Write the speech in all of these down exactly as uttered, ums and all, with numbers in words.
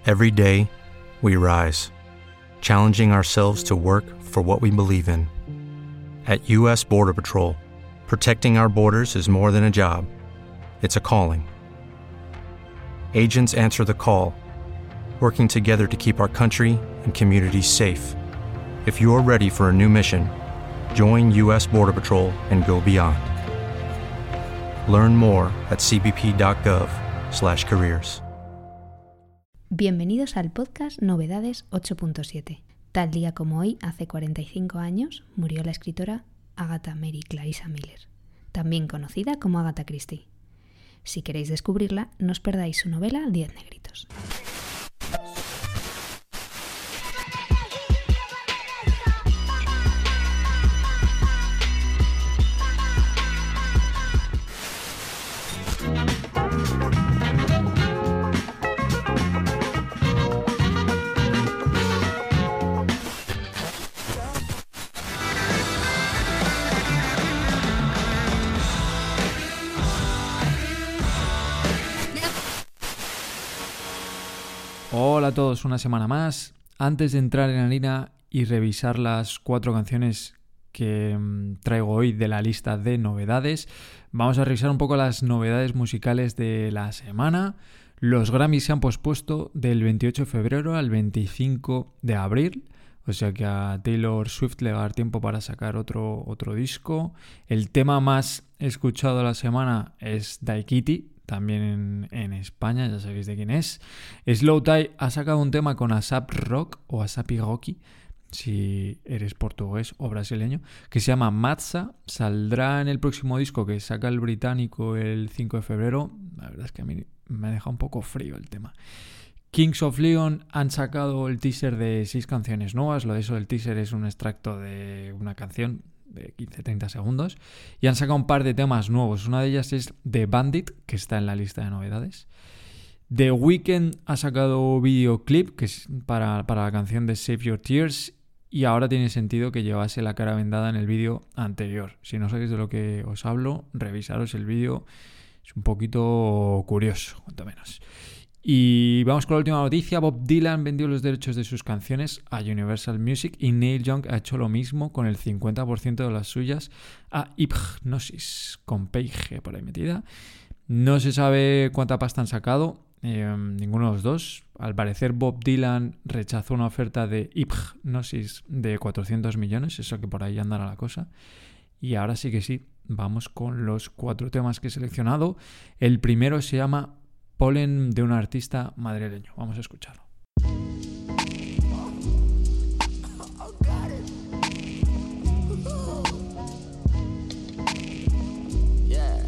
Every day, we rise, challenging ourselves to work for what we believe in. At U S Border Patrol, protecting our borders is more than a job, it's a calling. Agents answer the call, working together to keep our country and communities safe. If you're ready for a new mission, join U S Border Patrol and go beyond. Learn more at c b p dot gov slash careers. Bienvenidos al podcast Novedades ocho punto siete. Tal día como hoy, hace cuarenta y cinco años, murió la escritora Agatha Mary Clarissa Miller, también conocida como Agatha Christie. Si queréis descubrirla, no os perdáis su novela Diez negritos. Hola a todos, una semana más. Antes de entrar en harina y revisar las cuatro canciones que mmm, traigo hoy de la lista de novedades, vamos a revisar un poco las novedades musicales de la semana. Los Grammys se han pospuesto del veintiocho de febrero al veinticinco de abril, o sea que a Taylor Swift le va a dar tiempo para sacar otro, otro disco. El tema más escuchado de la semana es Daikiti, también en, en España, ya sabéis de quién es. Slowthai ha sacado un tema con A$AP Rock o A$AP Rocky, si eres portugués o brasileño, que se llama Matza. Saldrá en el próximo disco que saca el británico el cinco de febrero. La verdad es que a mí me ha dejado un poco frío el tema. Kings of Leon han sacado el teaser de seis canciones nuevas. Lo de eso del teaser es un extracto de una canción de quince a treinta segundos, y han sacado un par de temas nuevos. Una de ellas es The Bandit, que está en la lista de novedades. The Weeknd ha sacado videoclip, que es para, para la canción de Save Your Tears, y ahora tiene sentido que llevase la cara vendada en el vídeo anterior. Si no sabéis de lo que os hablo, revisaros el vídeo, es un poquito curioso, cuanto menos. Y vamos con la última noticia. Bob Dylan vendió los derechos de sus canciones a Universal Music y Neil Young ha hecho lo mismo con el cincuenta por ciento de las suyas a Hipgnosis, con P y G por ahí metida. No se sabe cuánta pasta han sacado, eh, ninguno de los dos. Al parecer Bob Dylan rechazó una oferta de Hipgnosis de cuatrocientos millones, eso que por ahí andará la cosa. Y ahora sí que sí, vamos con los cuatro temas que he seleccionado. El primero se llama Polen, de un artista madrileño. Vamos a escucharlo. Yeah.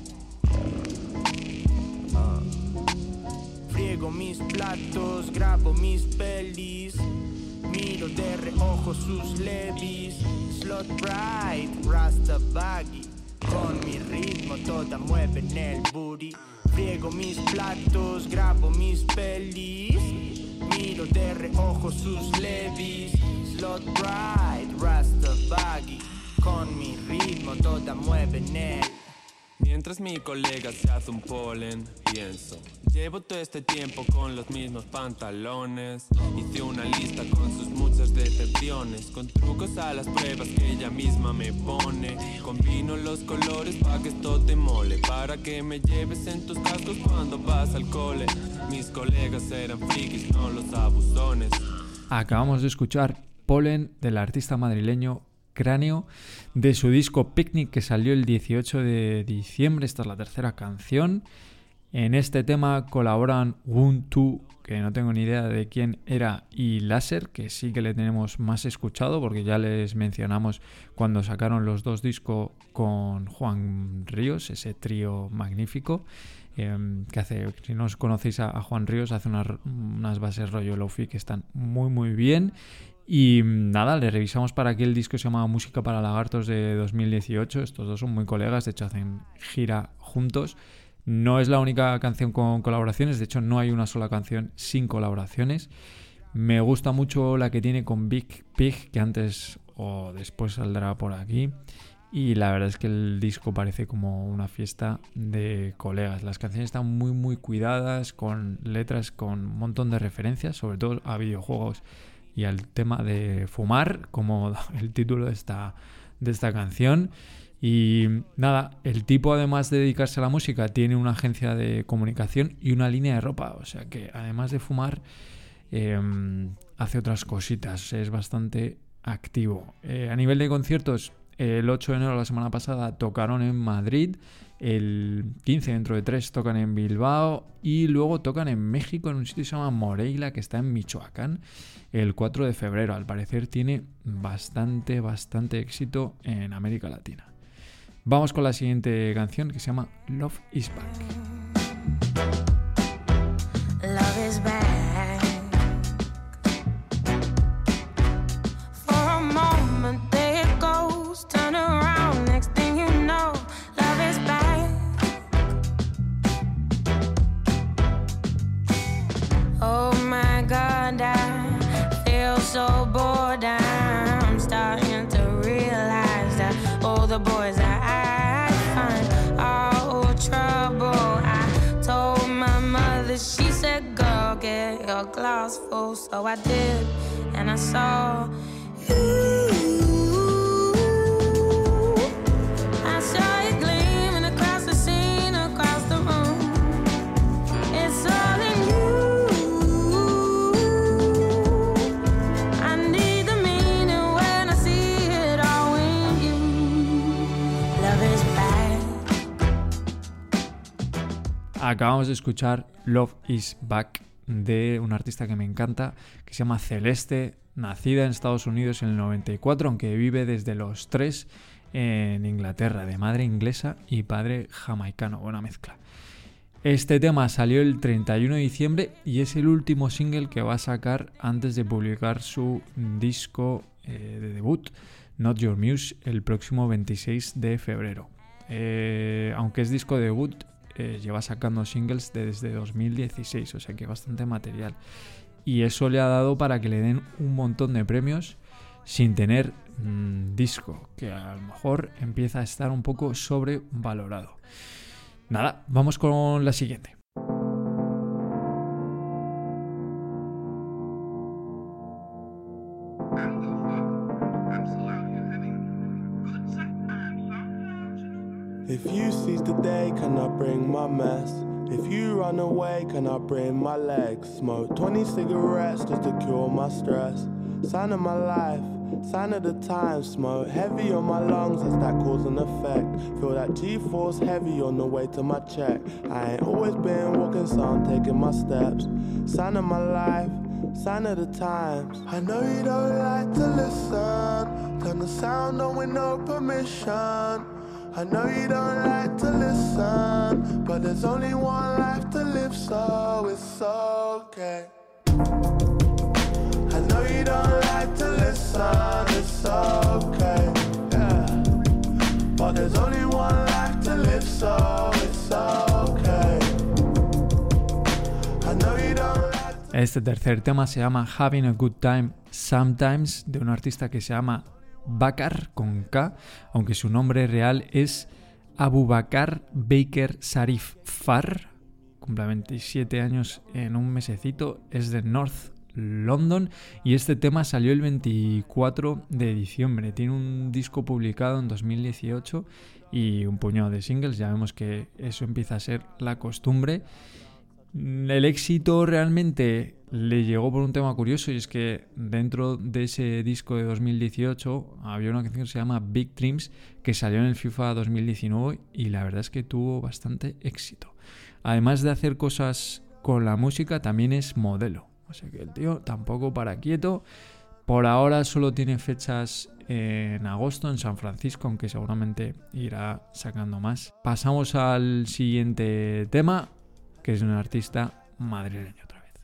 Uh. Friego mis platos, grabo mis pelis, miro de reojo sus levis. Slot bright, rasta baggy, con mi ritmo toda mueven el booty. Friego mis platos, grabo mis pelis, miro de reojo sus levis. Slot bright, rasta baggy, con mi ritmo toda mueven el. Mientras mi colega se hace un polen, pienso, llevo todo este tiempo con los mismos pantalones. Hice una lista con sus muchas decepciones, con trucos a las pruebas que ella misma me pone. Combino los colores pa' que esto te mole, para que me lleves en tus cascos cuando vas al cole. Mis colegas eran frikis, no los abusones. Acabamos de escuchar Polen del artista madrileño Cráneo, de su disco Picnic, que salió el dieciocho de diciembre. Esta es la tercera canción. En este tema colaboran Wuntu, que no tengo ni idea de quién era, y Láser, que sí que le tenemos más escuchado porque ya les mencionamos cuando sacaron los dos discos con Juan Ríos, ese trío magnífico, eh, que hace, si no os conocéis a, a Juan Ríos, hace unas, unas bases rollo lofi que están muy muy bien. Y nada, le revisamos para que el disco se llama Música para Lagartos de dos mil dieciocho. Estos dos son muy colegas, de hecho hacen gira juntos. No es la única canción con colaboraciones, de hecho no hay una sola canción sin colaboraciones. Me gusta mucho la que tiene con Big Pig, que antes o después saldrá por aquí. y la verdad es que el disco parece como una fiesta de colegas. Las canciones están muy muy cuidadas, con letras con un montón de referencias, sobre todo a videojuegos y al tema de fumar, como el título de esta, de esta canción. Y nada, el tipo, además de dedicarse a la música, tiene una agencia de comunicación y una línea de ropa, o sea que además de fumar eh, hace otras cositas, es bastante activo. Eh, a nivel de conciertos, el ocho de enero, la semana pasada, tocaron en Madrid, el quince, dentro de tres, tocan en Bilbao y luego tocan en México, en un sitio que se llama Morelia, que está en Michoacán, el cuatro de febrero. Al parecer tiene bastante, bastante éxito en América Latina. Vamos con la siguiente canción, que se llama Love is Back. Love is back. For a moment there it goes, turn around, next thing you know, love is back. Oh my God, I feel so bored, I'm starting to realize that all the boys that I find are all trouble. I told my mother, she said, girl, get your glass full. So I did, and I saw you. I saw you gleaming across the scene, across the room. It's all in you. I need the meaning when I see it all in you. Love is back. Acabamos de escuchar Love is Back de una artista que me encanta, que se llama Celeste, nacida en Estados Unidos en el noventa y cuatro, aunque vive desde los tres en Inglaterra, de madre inglesa y padre jamaicano, buena mezcla. Este tema salió el treinta y uno de diciembre y es el último single que va a sacar antes de publicar su disco eh, de debut, Not Your Muse, el próximo veintiséis de febrero. Eh, aunque es disco de debut, Eh, lleva sacando singles desde dos mil dieciséis, o sea que bastante material, y eso le ha dado para que le den un montón de premios sin tener mmm, disco, que a lo mejor empieza a estar un poco sobrevalorado. Nada, vamos con la siguiente. If you seize the day, can I bring my mess? If you run away, can I bring my legs? Smoke twenty cigarettes just to cure my stress. Sign of my life, sign of the time. Smoke heavy on my lungs, that's that cause and effect. Feel that G-force heavy on the way to my check. I ain't always been walking, so I'm taking my steps. Sign of my life, sign of the times. I know you don't like to listen, turn the sound on with no permission. I know you don't like to listen, but there's only one life to live, so it's okay. I know you don't like to listen, it's okay, yeah. But there's only one life to live, so it's okay. I know you don't like to... Este tercer tema se llama Having a Good Time Sometimes, de un artista que se llama Bakar con K, aunque su nombre real es Abubakar Baker Sarif Far, cumple veintisiete años en un mesecito, es de North London y este tema salió el veinticuatro de diciembre. Tiene un disco publicado en dos mil dieciocho y un puñado de singles, ya vemos que eso empieza a ser la costumbre. El éxito realmente le llegó por un tema curioso, y es que dentro de ese disco de dos mil dieciocho había una canción que se llama Big Dreams, que salió en el FIFA dos mil diecinueve y la verdad es que tuvo bastante éxito. Además de hacer cosas con la música, también es modelo, o sea que el tío tampoco para quieto. Por ahora solo tiene fechas en agosto en San Francisco, aunque seguramente irá sacando más. Pasamos al siguiente tema, que es un artista madrileño otra vez.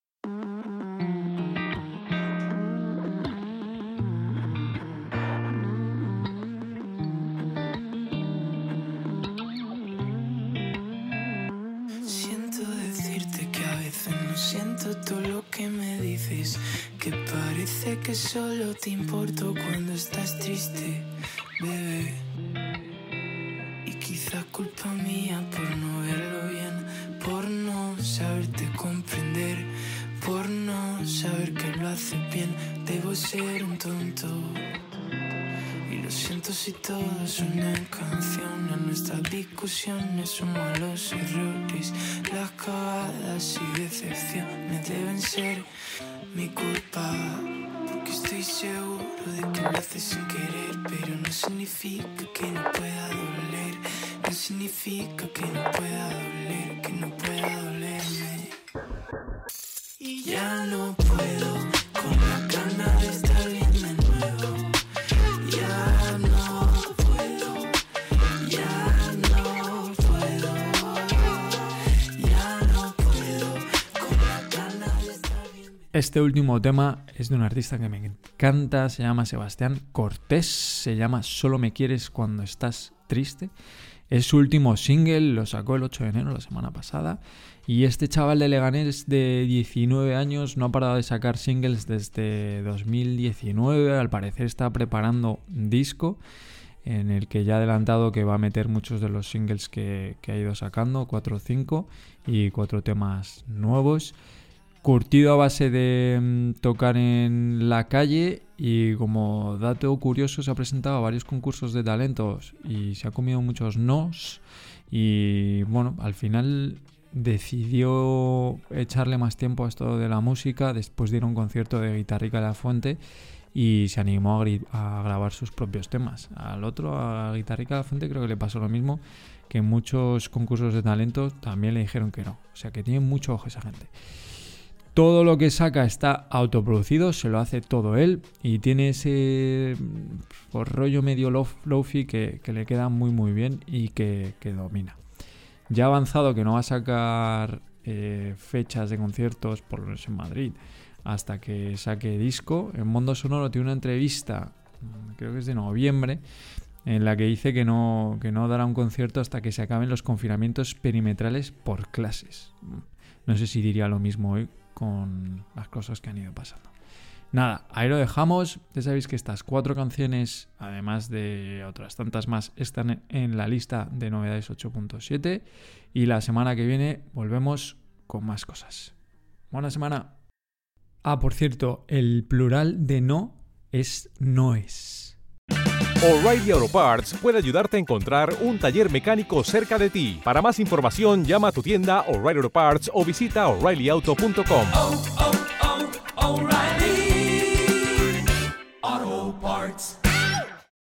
Siento decirte que a veces no siento todo lo que me dices, que parece que solo te importo cuando estás triste. bebé. Y quizás culpa mía por no verlo bien, por no saberte comprender, por no saber que lo haces bien. Debo ser un tonto. Y lo siento si todo suena en canciones. Nuestras discusiones somos los errores, las cagadas y decepciones deben ser mi culpa. Porque estoy seguro de que lo haces sin querer, pero no significa que no pueda doler. No significa que no pueda doler, que no pueda dolerme. Y ya no puedo con la gana de estar bien de nuevo. Ya no puedo, ya no puedo, ya no puedo con la gana de estar bien. Este último tema es de un artista que me encanta, se llama Sebastián Cortés, se llama Solo me quieres cuando estás triste. Es su último single, lo sacó el ocho de enero, la semana pasada. Y este chaval de Leganés de diecinueve años no ha parado de sacar singles desde dos mil diecinueve. Al parecer está preparando un disco en el que ya ha adelantado que va a meter muchos de los singles que, que ha ido sacando, cuatro o cinco, y cuatro temas nuevos. Curtido a base de mm, tocar en la calle, y como dato curioso se ha presentado a varios concursos de talentos y se ha comido muchos nos, y bueno, al final decidió echarle más tiempo a esto de la música después de ir a un concierto de Guitarrica de la Fuente y se animó a, gri- a grabar sus propios temas. Al otro, a Guitarrica de la Fuente, creo que le pasó lo mismo, que en muchos concursos de talento también le dijeron que no, o sea que tiene mucho ojo esa gente. Todo lo que saca está autoproducido, se lo hace todo él y tiene ese pues, rollo medio lo-fi que, que le queda muy muy bien y que, que domina. Ya ha avanzado que no va a sacar eh, fechas de conciertos, por lo menos en Madrid, hasta que saque disco. En Mundo Sonoro tiene una entrevista, creo que es de noviembre, en la que dice que no, que no dará un concierto hasta que se acaben los confinamientos perimetrales por clases. No sé si diría lo mismo hoy con las cosas que han ido pasando. Nada, ahí lo dejamos. Ya sabéis que estas cuatro canciones, además de otras tantas más, están en la lista de novedades ocho punto siete y la semana que viene volvemos con más cosas. Buena semana. Ah, por cierto, el plural de no es noes. O'Reilly Auto Parts puede ayudarte a encontrar un taller mecánico cerca de ti. Para más información, llama a tu tienda O'Reilly Auto Parts o visita O'Reilly Auto punto com. Oh, oh.